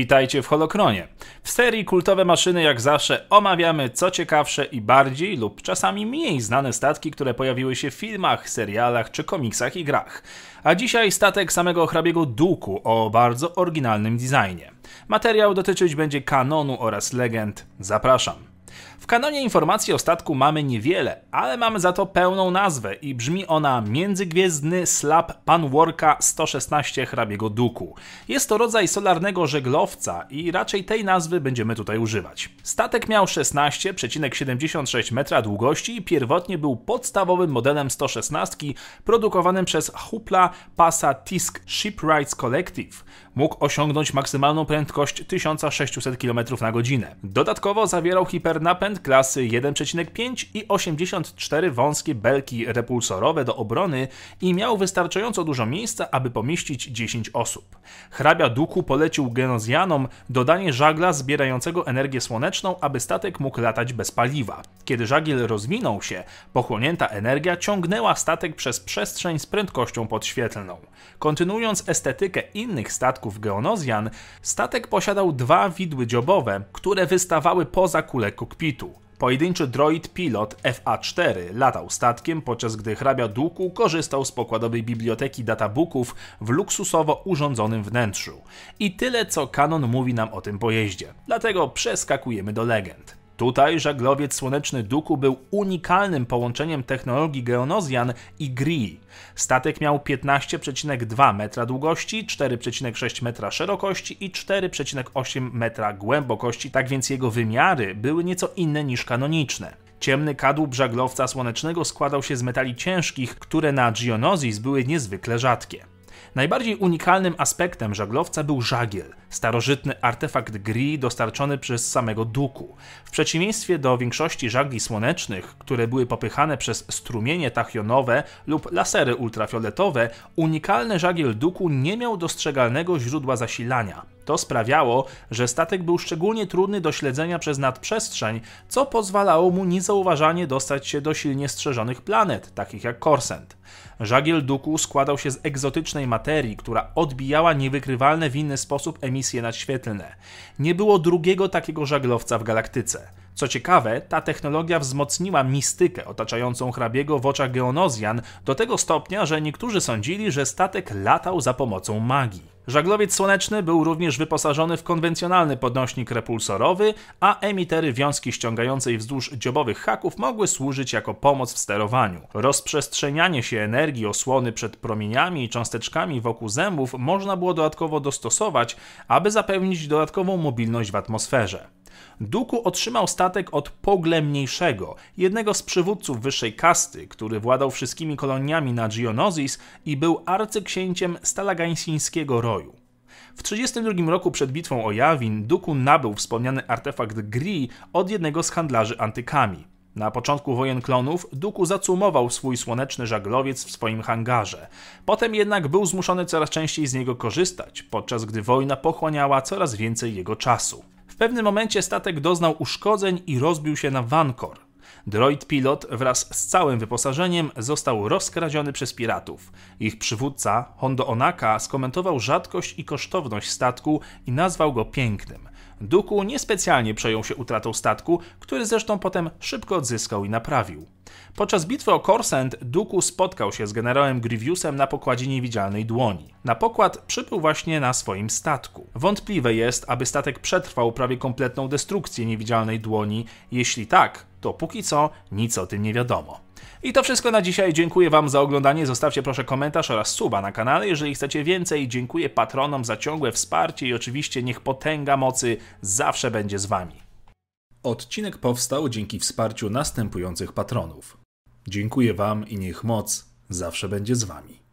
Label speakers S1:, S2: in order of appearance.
S1: Witajcie w Holokronie. W serii Kultowe Maszyny jak zawsze omawiamy co ciekawsze i bardziej lub czasami mniej znane statki, które pojawiły się w filmach, serialach czy komiksach i grach. A dzisiaj statek samego hrabiego Dooku o bardzo oryginalnym designie. Materiał dotyczyć będzie kanonu oraz legend. Zapraszam. W kanonie informacji o statku mamy niewiele, ale mamy za to pełną nazwę i brzmi ona Międzygwiezdny Slap Panworka 116 hrabiego Dooku. Jest to rodzaj solarnego żeglowca i raczej tej nazwy będziemy tutaj używać. Statek miał 16,76 metra długości i pierwotnie był podstawowym modelem 116 produkowanym przez Hoopla Pasa Tisk Shipwrights Collective. Mógł osiągnąć maksymalną prędkość 1600 km na godzinę. Dodatkowo zawierał hipernapęd klasy 1,5 i 84 wąskie belki repulsorowe do obrony i miał wystarczająco dużo miejsca, aby pomieścić 10 osób. Hrabia Dooku polecił Geonosianom dodanie żagla zbierającego energię słoneczną, aby statek mógł latać bez paliwa. Kiedy żagiel rozwinął się, pochłonięta energia ciągnęła statek przez przestrzeń z prędkością podświetlną. Kontynuując estetykę innych statków Geonosian, statek posiadał dwa widły dziobowe, które wystawały poza kulę kokpitu. Pojedynczy droid pilot FA-4 latał statkiem, podczas gdy hrabia Dooku korzystał z pokładowej biblioteki databooków w luksusowo urządzonym wnętrzu. I tyle, co kanon mówi nam o tym pojeździe. Dlatego przeskakujemy do legend. Tutaj żaglowiec słoneczny Dooku był unikalnym połączeniem technologii Geonosian i Gree. Statek miał 15,2 metra długości, 4,6 metra szerokości i 4,8 metra głębokości, tak więc jego wymiary były nieco inne niż kanoniczne. Ciemny kadłub żaglowca słonecznego składał się z metali ciężkich, które na Geonosis były niezwykle rzadkie. Najbardziej unikalnym aspektem żaglowca był żagiel, starożytny artefakt Gree dostarczony przez samego Dooku. W przeciwieństwie do większości żagli słonecznych, które były popychane przez strumienie tachionowe lub lasery ultrafioletowe, unikalny żagiel Dooku nie miał dostrzegalnego źródła zasilania. To sprawiało, że statek był szczególnie trudny do śledzenia przez nadprzestrzeń, co pozwalało mu niezauważanie dostać się do silnie strzeżonych planet, takich jak Korsent. Żagiel Dooku składał się z egzotycznej materii, która odbijała niewykrywalne w inny sposób emisje nadświetlne. Nie było drugiego takiego żaglowca w galaktyce. Co ciekawe, ta technologia wzmocniła mistykę otaczającą hrabiego w oczach Geonosian do tego stopnia, że niektórzy sądzili, że statek latał za pomocą magii. Żaglowiec słoneczny był również wyposażony w konwencjonalny podnośnik repulsorowy, a emitery wiązki ściągającej wzdłuż dziobowych haków mogły służyć jako pomoc w sterowaniu. Rozprzestrzenianie się energii osłony przed promieniami i cząsteczkami wokół zębów można było dodatkowo dostosować, aby zapewnić dodatkową mobilność w atmosferze. Dooku otrzymał statek od Pogle Mniejszego, jednego z przywódców wyższej kasty, który władał wszystkimi koloniami na Geonosis i był arcyksięciem Stalagańsińskiego Roju. W 1932 roku przed bitwą o Yavin Dooku nabył wspomniany artefakt Gree od jednego z handlarzy antykami. Na początku wojen klonów Dooku zacumował swój słoneczny żaglowiec w swoim hangarze. Potem jednak był zmuszony coraz częściej z niego korzystać, podczas gdy wojna pochłaniała coraz więcej jego czasu. W pewnym momencie statek doznał uszkodzeń i rozbił się na Vancor. Droid pilot wraz z całym wyposażeniem został rozkradziony przez piratów. Ich przywódca, Hondo Ohnaka, skomentował rzadkość i kosztowność statku i nazwał go pięknym. Dooku niespecjalnie przejął się utratą statku, który zresztą potem szybko odzyskał i naprawił. Podczas bitwy o Korsent Dooku spotkał się z generałem Grievousem na pokładzie Niewidzialnej Dłoni. Na pokład przybył właśnie na swoim statku. Wątpliwe jest, aby statek przetrwał prawie kompletną destrukcję Niewidzialnej Dłoni. Jeśli tak, to póki co nic o tym nie wiadomo. I to wszystko na dzisiaj. Dziękuję Wam za oglądanie. Zostawcie proszę komentarz oraz suba na kanale, jeżeli chcecie więcej. Dziękuję patronom za ciągłe wsparcie i oczywiście niech potęga mocy zawsze będzie z Wami. Odcinek powstał dzięki wsparciu następujących patronów. Dziękuję Wam i niech moc zawsze będzie z Wami.